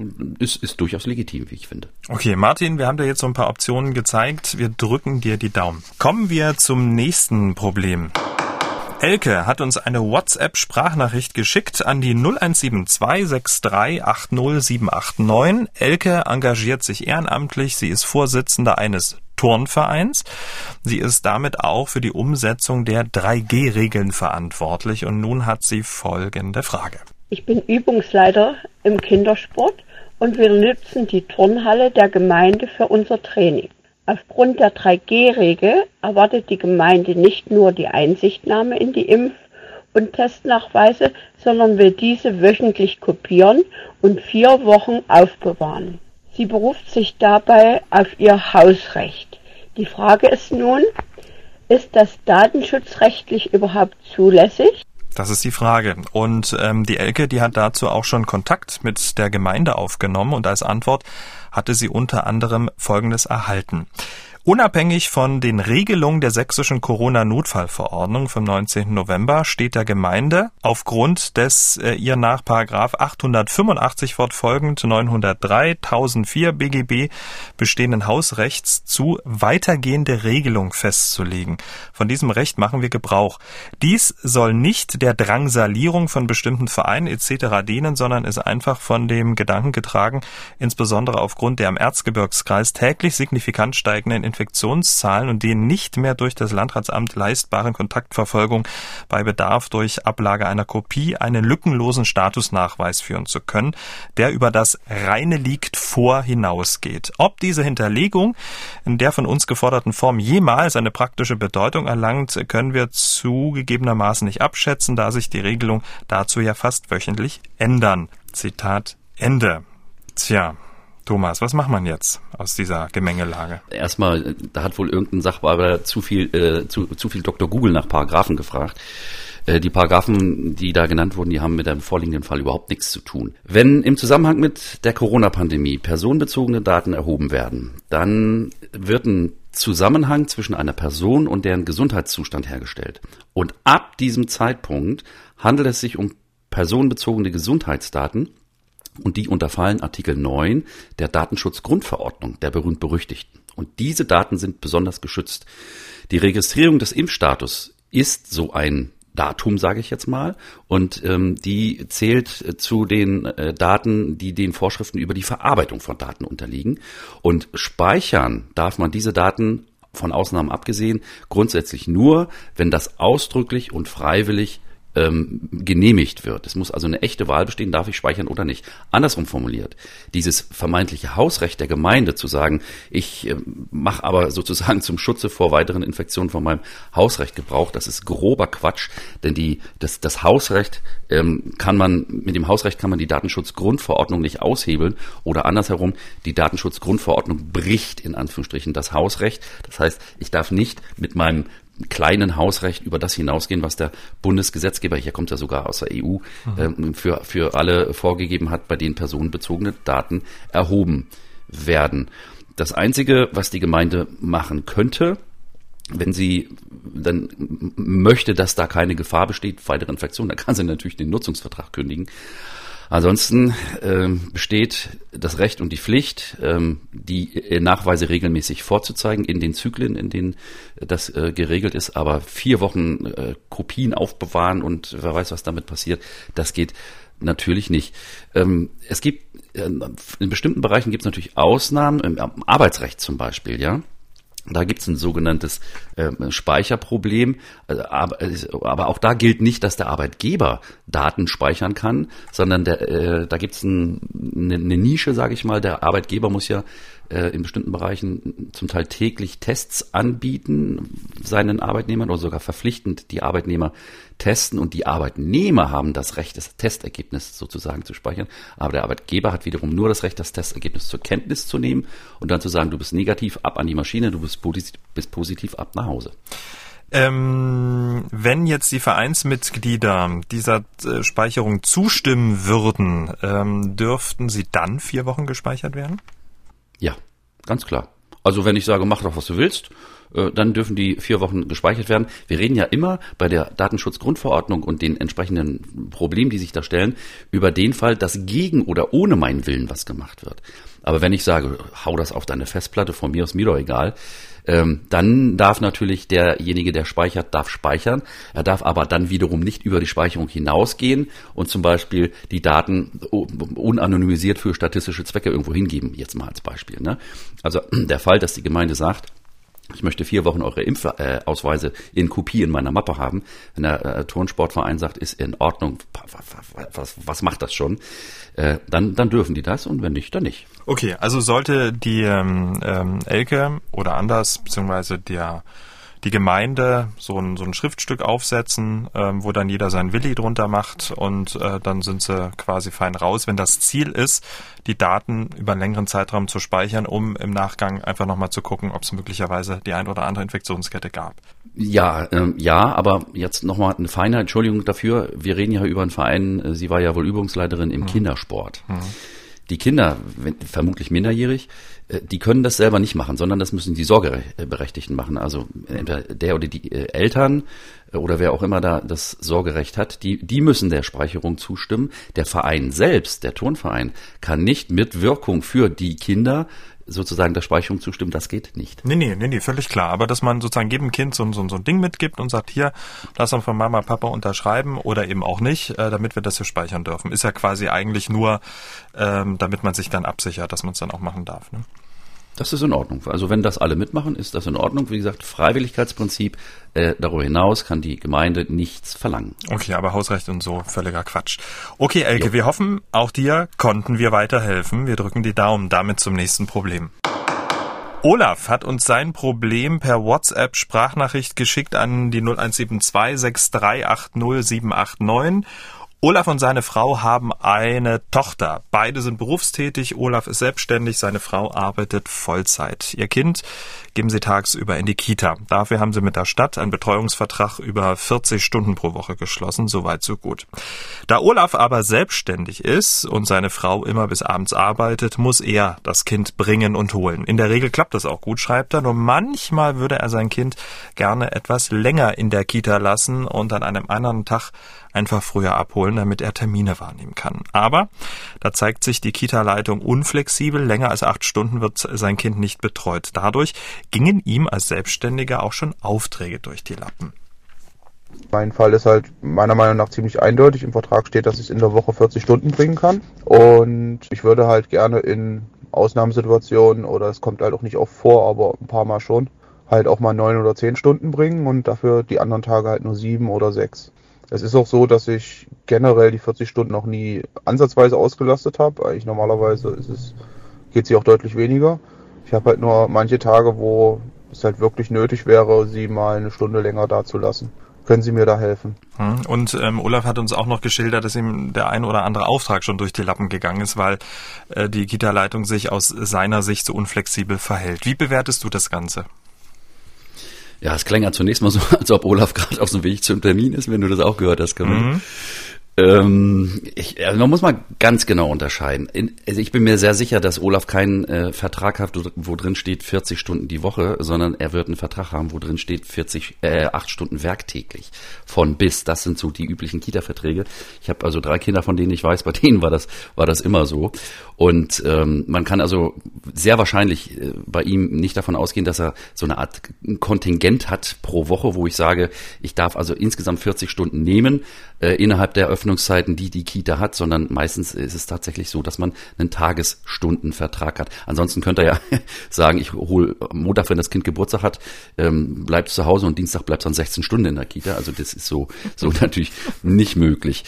ist durchaus legitim, wie ich finde. Okay, Martin, wir haben dir jetzt so ein paar Optionen gezeigt. Wir drücken dir die Daumen. Kommen wir zum nächsten Problem. Elke hat uns eine WhatsApp-Sprachnachricht geschickt an die 0172 63 80 789. Elke engagiert sich ehrenamtlich. Sie ist Vorsitzende eines Turnvereins. Sie ist damit auch für die Umsetzung der 3G-Regeln verantwortlich. Und nun hat sie folgende Frage. Ich bin Übungsleiter im Kindersport und wir nutzen die Turnhalle der Gemeinde für unser Training. Aufgrund der 3G-Regel erwartet die Gemeinde nicht nur die Einsichtnahme in die Impf- und Testnachweise, sondern will diese wöchentlich kopieren und 4 Wochen aufbewahren. Sie beruft sich dabei auf ihr Hausrecht. Die Frage ist nun, ist das datenschutzrechtlich überhaupt zulässig? Das ist die Frage. Und die Elke, die hat dazu auch schon Kontakt mit der Gemeinde aufgenommen und als Antwort hatte sie unter anderem Folgendes erhalten. Unabhängig von den Regelungen der sächsischen Corona-Notfallverordnung vom 19. November steht der Gemeinde aufgrund des ihr nach § 885 fortfolgend 903 1004 BGB bestehenden Hausrechts zu, weitergehende Regelung festzulegen. Von diesem Recht machen wir Gebrauch. Dies soll nicht der Drangsalierung von bestimmten Vereinen etc. dienen, sondern ist einfach von dem Gedanken getragen, insbesondere aufgrund der im Erzgebirgskreis täglich signifikant steigenden Infektionszahlen und den nicht mehr durch das Landratsamt leistbaren Kontaktverfolgung bei Bedarf durch Ablage einer Kopie einen lückenlosen Statusnachweis führen zu können, der über das reine liegt vor hinausgeht. Ob diese Hinterlegung in der von uns geforderten Form jemals eine praktische Bedeutung erlangt, können wir zugegebenermaßen nicht abschätzen, da sich die Regelung dazu ja fast wöchentlich ändern. Zitat Ende. Tja. Thomas, was macht man jetzt aus dieser Gemengelage? Erstmal, da hat wohl irgendein Sachbearbeiter zu viel Dr. Google nach Paragraphen gefragt. Die Paragraphen, die da genannt wurden, die haben mit dem vorliegenden Fall überhaupt nichts zu tun. Wenn im Zusammenhang mit der Corona-Pandemie personenbezogene Daten erhoben werden, dann wird ein Zusammenhang zwischen einer Person und deren Gesundheitszustand hergestellt. Und ab diesem Zeitpunkt handelt es sich um personenbezogene Gesundheitsdaten, und die unterfallen Artikel 9 der Datenschutzgrundverordnung, der berühmt-berüchtigten. Und diese Daten sind besonders geschützt. Die Registrierung des Impfstatus ist so ein Datum, sage ich jetzt mal, und die zählt zu den Daten, die den Vorschriften über die Verarbeitung von Daten unterliegen. Und speichern darf man diese Daten, von Ausnahmen abgesehen, grundsätzlich nur, wenn das ausdrücklich und freiwillig genehmigt wird. Es muss also eine echte Wahl bestehen, darf ich speichern oder nicht. Andersrum formuliert, dieses vermeintliche Hausrecht der Gemeinde zu sagen, ich mache aber sozusagen zum Schutze vor weiteren Infektionen von meinem Hausrecht Gebrauch, das ist grober Quatsch, denn das Hausrecht mit dem Hausrecht kann man die Datenschutzgrundverordnung nicht aushebeln oder andersherum, die Datenschutzgrundverordnung bricht in Anführungsstrichen das Hausrecht. Das heißt, ich darf nicht mit meinem kleinen Hausrecht über das hinausgehen, was der Bundesgesetzgeber, hier kommt er sogar aus der EU, für alle vorgegeben hat, bei denen personenbezogene Daten erhoben werden. Das Einzige, was die Gemeinde machen könnte, wenn sie dann möchte, dass da keine Gefahr besteht, weitere Infektionen, dann kann sie natürlich den Nutzungsvertrag kündigen. Ansonsten besteht das Recht und die Pflicht, die Nachweise regelmäßig vorzuzeigen in den Zyklen, in denen das geregelt ist. Aber 4 Wochen Kopien aufbewahren und wer weiß, was damit passiert, das geht natürlich nicht. Es gibt in bestimmten Bereichen gibt es natürlich Ausnahmen, im Arbeitsrecht zum Beispiel, ja. Da gibt es ein sogenanntes Speicherproblem, aber auch da gilt nicht, dass der Arbeitgeber Daten speichern kann, sondern da gibt es eine Nische, sage ich mal. Der Arbeitgeber muss ja in bestimmten Bereichen zum Teil täglich Tests anbieten, seinen Arbeitnehmern oder sogar verpflichtend die Arbeitnehmer testen und die Arbeitnehmer haben das Recht, das Testergebnis sozusagen zu speichern, aber der Arbeitgeber hat wiederum nur das Recht, das Testergebnis zur Kenntnis zu nehmen und dann zu sagen, du bist negativ, ab an die Maschine, du bist positiv, ab nach Hause. Wenn jetzt die Vereinsmitglieder dieser Speicherung zustimmen würden, dürften sie dann 4 Wochen gespeichert werden? Ja, ganz klar. Also wenn ich sage, mach doch, was du willst, dann dürfen die 4 Wochen gespeichert werden. Wir reden ja immer bei der Datenschutzgrundverordnung und den entsprechenden Problemen, die sich da stellen, über den Fall, dass gegen oder ohne meinen Willen was gemacht wird. Aber wenn ich sage, hau das auf deine Festplatte, von mir aus mir doch egal, dann darf natürlich derjenige, der speichert, darf speichern. Er darf aber dann wiederum nicht über die Speicherung hinausgehen und zum Beispiel die Daten unanonymisiert für statistische Zwecke irgendwo hingeben, jetzt mal als Beispiel. Ne? Also der Fall, dass die Gemeinde sagt, ich möchte 4 Wochen eure Impfausweise in Kopie in meiner Mappe haben. Wenn der Turnsportverein sagt, ist in Ordnung, was macht das schon? Dann dürfen die das und wenn nicht, dann nicht. Okay, also sollte die Elke oder anders, beziehungsweise die Gemeinde so ein Schriftstück aufsetzen, wo dann jeder seinen Willi drunter macht und dann sind sie quasi fein raus, wenn das Ziel ist, die Daten über einen längeren Zeitraum zu speichern, um im Nachgang einfach nochmal zu gucken, ob es möglicherweise die ein oder andere Infektionskette gab. Ja, aber jetzt nochmal eine feine Entschuldigung dafür. Wir reden ja über einen Verein, sie war ja wohl Übungsleiterin im Kindersport. Die Kinder, vermutlich minderjährig, die können das selber nicht machen, sondern das müssen die Sorgeberechtigten machen. Also entweder der oder die Eltern oder wer auch immer da das Sorgerecht hat, die müssen der Speicherung zustimmen. Der Verein selbst, der Turnverein, kann nicht mit Wirkung für die Kinder sozusagen der Speicherung zustimmen, das geht nicht. Nee, völlig klar. Aber dass man sozusagen jedem Kind so ein Ding mitgibt und sagt, hier, lass doch von Mama, Papa unterschreiben oder eben auch nicht, damit wir das hier speichern dürfen. Ist ja quasi eigentlich nur, damit man sich dann absichert, dass man es dann auch machen darf. Ne? Das ist in Ordnung. Also wenn das alle mitmachen, ist das in Ordnung. Wie gesagt, Freiwilligkeitsprinzip. Darüber hinaus kann die Gemeinde nichts verlangen. Okay, aber Hausrecht und so, völliger Quatsch. Okay, Elke, ja. Wir hoffen, auch dir konnten wir weiterhelfen. Wir drücken die Daumen damit zum nächsten Problem. Olaf hat uns sein Problem per WhatsApp-Sprachnachricht geschickt an die 0172 6380 789. Olaf und seine Frau haben eine Tochter. Beide sind berufstätig. Olaf ist selbstständig, seine Frau arbeitet Vollzeit. Ihr Kind geben sie tagsüber in die Kita. Dafür haben sie mit der Stadt einen Betreuungsvertrag über 40 Stunden pro Woche geschlossen. Soweit, so gut. Da Olaf aber selbstständig ist und seine Frau immer bis abends arbeitet, muss er das Kind bringen und holen. In der Regel klappt das auch gut, schreibt er. Nur manchmal würde er sein Kind gerne etwas länger in der Kita lassen und an einem anderen Tag einfach früher abholen, damit er Termine wahrnehmen kann. Aber da zeigt sich die Kita-Leitung unflexibel. Länger als 8 Stunden wird sein Kind nicht betreut. Dadurch gingen ihm als Selbstständiger auch schon Aufträge durch die Lappen. Mein Fall ist halt meiner Meinung nach ziemlich eindeutig. Im Vertrag steht, dass ich in der Woche 40 Stunden bringen kann. Und ich würde halt gerne in Ausnahmesituationen, oder es kommt halt auch nicht oft vor, aber ein paar Mal schon, halt auch mal 9 oder 10 Stunden bringen und dafür die anderen Tage halt nur 7 oder 6. Es ist auch so, dass ich generell die 40 Stunden noch nie ansatzweise ausgelastet habe. Eigentlich normalerweise geht sie auch deutlich weniger. Ich habe halt nur manche Tage, wo es halt wirklich nötig wäre, sie mal eine Stunde länger da zu lassen. Können Sie mir da helfen? Und Olaf hat uns auch noch geschildert, dass ihm der ein oder andere Auftrag schon durch die Lappen gegangen ist, weil die Kita-Leitung sich aus seiner Sicht so unflexibel verhält. Wie bewertest du das Ganze? Ja, es klang ja zunächst mal so, als ob Olaf gerade auf dem Weg zum Termin ist, wenn du das auch gehört hast, Camille. Man muss mal ganz genau unterscheiden. Also ich bin mir sehr sicher, dass Olaf keinen Vertrag hat, wo drin steht 40 Stunden die Woche, sondern er wird einen Vertrag haben, wo drin steht 8 Stunden werktäglich. Von bis. Das sind so die üblichen Kita-Verträge. Ich habe also 3 Kinder, von denen ich weiß, bei denen war das immer so. Und man kann also sehr wahrscheinlich bei ihm nicht davon ausgehen, dass er so eine Art Kontingent hat pro Woche, wo ich sage, ich darf also insgesamt 40 Stunden nehmen innerhalb der Öffnungszeiten, die Kita hat, sondern meistens ist es tatsächlich so, dass man einen Tagesstundenvertrag hat. Ansonsten könnte er ja sagen, ich hole Montag, wenn das Kind Geburtstag hat, bleibst zu Hause und Dienstag bleibst dann 16 Stunden in der Kita. Also das ist so natürlich nicht möglich.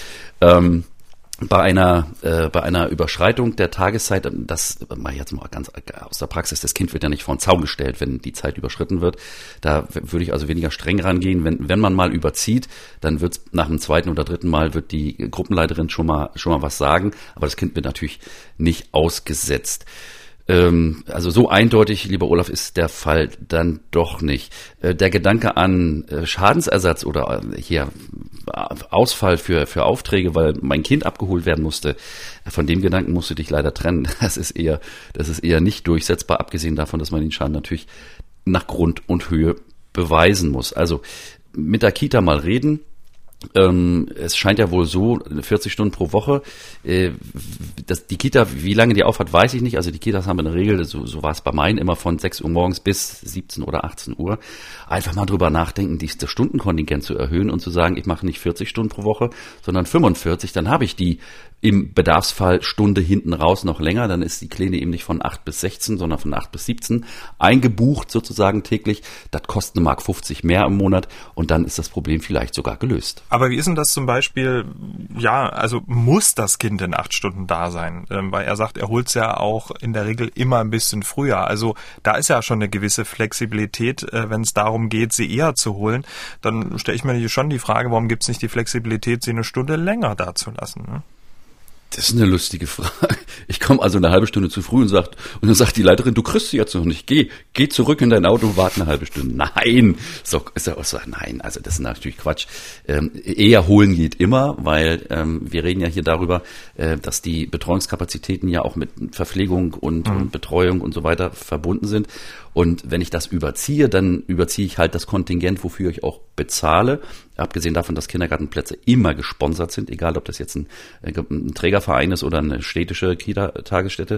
Bei einer Überschreitung der Tageszeit, das mache ich jetzt mal ganz aus der Praxis, das Kind wird ja nicht vor den Zaun gestellt, wenn die Zeit überschritten wird. Da würde ich also weniger streng rangehen. Wenn man mal überzieht, dann wird nach dem 2. oder 3. Mal wird die Gruppenleiterin schon mal was sagen, aber das Kind wird natürlich nicht ausgesetzt. Also so eindeutig, lieber Olaf, ist der Fall dann doch nicht. Der Gedanke an Schadensersatz oder hier Ausfall für Aufträge, weil mein Kind abgeholt werden musste, von dem Gedanken musst du dich leider trennen. Das ist eher nicht durchsetzbar, abgesehen davon, dass man den Schaden natürlich nach Grund und Höhe beweisen muss. Also mit der Kita mal reden. Es scheint ja wohl so, 40 Stunden pro Woche, dass die Kita, wie lange die aufhat, weiß ich nicht. Also die Kitas haben in der Regel, so war es bei meinen, immer von 6 Uhr morgens bis 17 oder 18 Uhr. Einfach mal drüber nachdenken, das Stundenkontingent zu erhöhen und zu sagen, ich mache nicht 40 Stunden pro Woche, sondern 45. Dann habe ich die im Bedarfsfall Stunde hinten raus noch länger. Dann ist die Kleine eben nicht von 8 bis 16, sondern von 8 bis 17 eingebucht sozusagen täglich. Das kostet 1,50 Mark mehr im Monat und dann ist das Problem vielleicht sogar gelöst. Aber wie ist denn das zum Beispiel, also muss das Kind in 8 Stunden da sein? Weil er sagt, er holt es ja auch in der Regel immer ein bisschen früher. Also da ist ja schon eine gewisse Flexibilität, wenn es darum geht, sie eher zu holen. Dann stelle ich mir schon die Frage, warum gibt es nicht die Flexibilität, sie eine Stunde länger da zu lassen? Ne? Das ist eine lustige Frage. Ich komme also eine halbe Stunde zu früh und dann sagt die Leiterin, du kriegst sie jetzt noch nicht. Geh zurück in dein Auto und warte eine halbe Stunde. Nein, nein, also das ist natürlich Quatsch. Eher holen geht immer, weil wir reden ja hier darüber, dass die Betreuungskapazitäten ja auch mit Verpflegung und Betreuung und so weiter verbunden sind. Und wenn ich das überziehe, dann überziehe ich halt das Kontingent, wofür ich auch bezahle. Abgesehen davon, dass Kindergartenplätze immer gesponsert sind, egal ob das jetzt ein Trägerverein ist oder eine städtische Kita-Tagesstätte.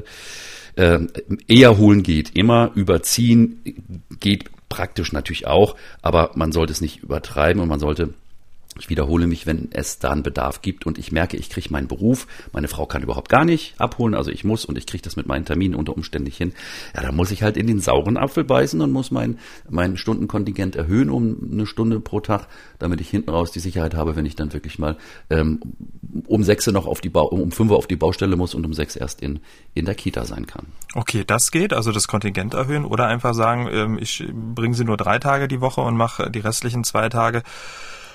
Eher holen geht immer, überziehen geht praktisch natürlich auch, aber man sollte es nicht übertreiben und man sollte, ich wiederhole mich, wenn es da einen Bedarf gibt und ich merke, ich kriege meinen Beruf, meine Frau kann überhaupt gar nicht abholen, also ich muss und ich kriege das mit meinen Terminen unter Umständen nicht hin, ja, dann muss ich halt in den sauren Apfel beißen und muss mein Stundenkontingent erhöhen um 1 Stunde pro Tag, damit ich hinten raus die Sicherheit habe, wenn ich dann wirklich mal um 6 noch um 5 Uhr auf die Baustelle muss und um 6 erst in der Kita sein kann. Okay, das geht, also das Kontingent erhöhen oder einfach sagen, ich bringe sie nur 3 Tage die Woche und mache die restlichen 2 Tage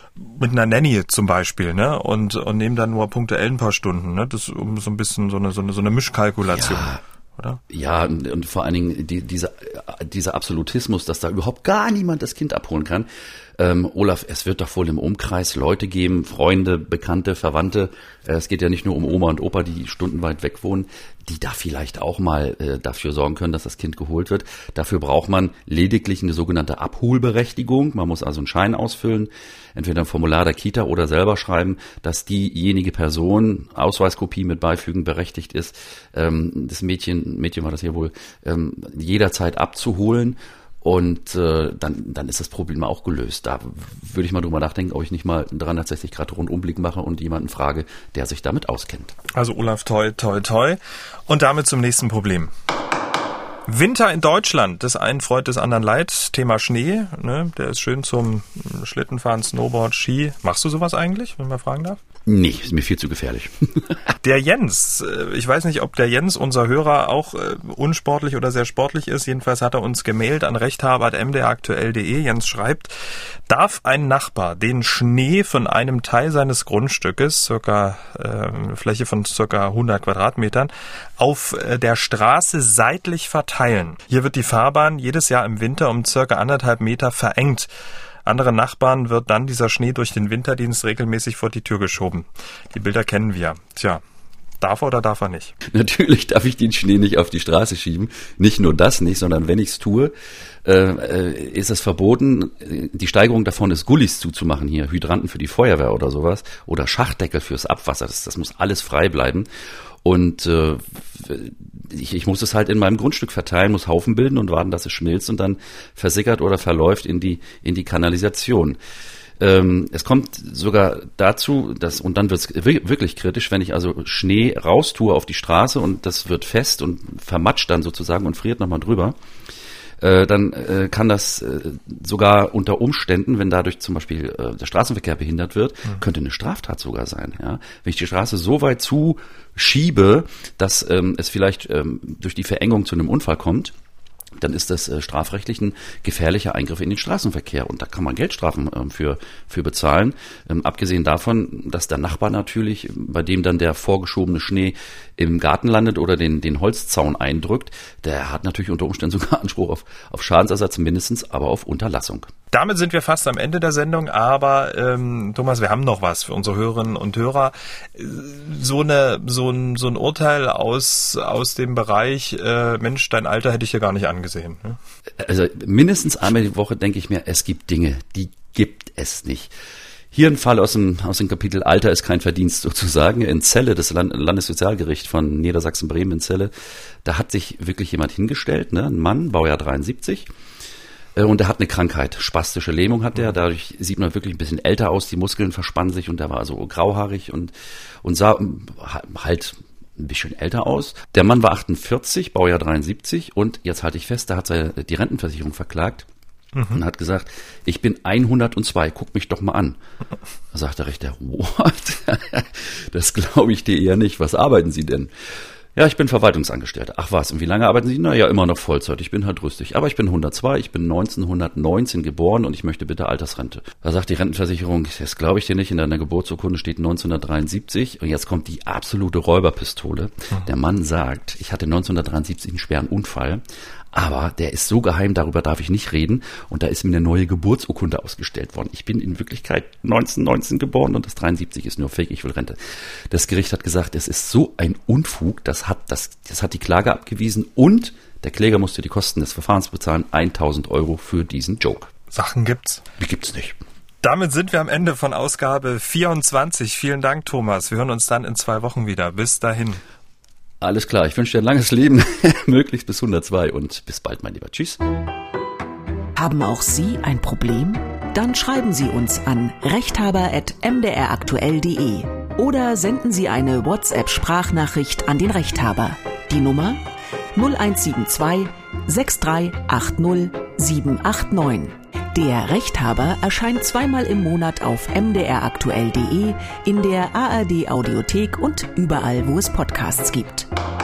mit einer Nanny zum Beispiel, ne? Und nehmen dann nur punktuell ein paar Stunden, ne? Das um so ein bisschen so eine Mischkalkulation. Ja. Oder? Ja, und vor allen Dingen dieser Absolutismus, dass da überhaupt gar niemand das Kind abholen kann. Olaf, es wird doch wohl im Umkreis Leute geben, Freunde, Bekannte, Verwandte. Es geht ja nicht nur um Oma und Opa, die stundenweit weg wohnen, die da vielleicht auch mal dafür sorgen können, dass das Kind geholt wird. Dafür braucht man lediglich eine sogenannte Abholberechtigung. Man muss also einen Schein ausfüllen, entweder ein Formular der Kita oder selber schreiben, dass diejenige Person, Ausweiskopie mit beifügen, berechtigt ist, das Mädchen war das hier wohl, jederzeit abzuholen. Und dann ist das Problem auch gelöst. Da würde ich mal drüber nachdenken, ob ich nicht mal einen 360-Grad-Rundumblick mache und jemanden frage, der sich damit auskennt. Also Olaf, toi, toi, toi. Und damit zum nächsten Problem. Winter in Deutschland, des einen freut, des anderen leid. Thema Schnee, ne? Der ist schön zum Schlittenfahren, Snowboard, Ski. Machst du sowas eigentlich, wenn man fragen darf? Nee, ist mir viel zu gefährlich. Der Jens, ich weiß nicht, ob der Jens, unser Hörer, auch unsportlich oder sehr sportlich ist. Jedenfalls hat er uns gemailt an rechthaber@mdraktuell.de. Jens schreibt, darf ein Nachbar den Schnee von einem Teil seines Grundstückes, eine Fläche von circa 100 Quadratmetern, auf der Straße seitlich verteilen? Hier wird die Fahrbahn jedes Jahr im Winter um circa 1,5 Meter verengt. Anderen Nachbarn wird dann dieser Schnee durch den Winterdienst regelmäßig vor die Tür geschoben. Die Bilder kennen wir. Tja, darf er oder darf er nicht? Natürlich darf ich den Schnee nicht auf die Straße schieben. Nicht nur das nicht, sondern wenn ich es tue, ist es verboten, die Steigerung davon ist, Gullis zuzumachen hier, Hydranten für die Feuerwehr oder sowas oder Schachtdeckel fürs Abwasser. Das muss alles frei bleiben. Und ich muss es halt in meinem Grundstück verteilen, muss Haufen bilden und warten, dass es schmilzt und dann versickert oder verläuft in die Kanalisation. Es kommt sogar dazu, und dann wird es wirklich kritisch, wenn ich also Schnee raustue auf die Straße und das wird fest und vermatscht dann sozusagen und friert nochmal drüber. Dann kann das sogar unter Umständen, wenn dadurch zum Beispiel der Straßenverkehr behindert wird, könnte eine Straftat sogar sein. Ja? Wenn ich die Straße so weit zuschiebe, dass es vielleicht durch die Verengung zu einem Unfall kommt, dann ist das strafrechtlich ein gefährlicher Eingriff in den Straßenverkehr. Und da kann man Geldstrafen für bezahlen. Abgesehen davon, dass der Nachbar natürlich, bei dem dann der vorgeschobene Schnee im Garten landet oder den Holzzaun eindrückt, der hat natürlich unter Umständen sogar Anspruch auf Schadensersatz, mindestens aber auf Unterlassung. Damit sind wir fast am Ende der Sendung, aber Thomas, wir haben noch was für unsere Hörerinnen und Hörer. So ein Urteil aus dem Bereich, Mensch, dein Alter hätte ich hier gar nicht angesehen. Ne? Also mindestens einmal die Woche denke ich mir, es gibt Dinge, die gibt es nicht. Hier ein Fall aus dem Kapitel Alter ist kein Verdienst sozusagen. In Celle, das Landessozialgericht von Niedersachsen-Bremen in Celle, da hat sich wirklich jemand hingestellt, ne? Ein Mann, Baujahr 73. Und er hat eine Krankheit, spastische Lähmung hat er, dadurch sieht man wirklich ein bisschen älter aus, die Muskeln verspannen sich und er war so grauhaarig und sah halt ein bisschen älter aus. Der Mann war 48, Baujahr 73 und jetzt halte ich fest, da hat die Rentenversicherung verklagt und hat gesagt, ich bin 102, guck mich doch mal an. Da sagt der Richter, what? Das glaube ich dir eher nicht, was arbeiten Sie denn? Ja, ich bin Verwaltungsangestellter. Ach was, und wie lange arbeiten Sie? Naja, immer noch Vollzeit. Ich bin halt rüstig. Aber ich bin 102, ich bin 1919 geboren und ich möchte bitte Altersrente. Da sagt die Rentenversicherung, das glaube ich dir nicht, in deiner Geburtsurkunde steht 1973 und jetzt kommt die absolute Räuberpistole. Der Mann sagt, ich hatte 1973 einen schweren Unfall, aber der ist so geheim, darüber darf ich nicht reden und da ist mir eine neue Geburtsurkunde ausgestellt worden. Ich bin in Wirklichkeit 1919 geboren und das 73 ist nur Fake, ich will Rente. Das Gericht hat gesagt, es ist so ein Unfug, das hat die Klage abgewiesen und der Kläger musste die Kosten des Verfahrens bezahlen, 1.000 € für diesen Joke. Sachen gibt's. Die gibt's nicht. Damit sind wir am Ende von Ausgabe 24. Vielen Dank, Thomas. Wir hören uns dann in 2 Wochen wieder. Bis dahin. Alles klar, ich wünsche dir ein langes Leben, möglichst bis 102 und bis bald, mein Lieber. Tschüss. Haben auch Sie ein Problem? Dann schreiben Sie uns an rechthaber@mdraktuell.de oder senden Sie eine WhatsApp-Sprachnachricht an den Rechthaber. Die Nummer 0172 6380 789. Der Rechthaber erscheint 2-mal im Monat auf mdraktuell.de, in der ARD Audiothek und überall, wo es Podcasts gibt.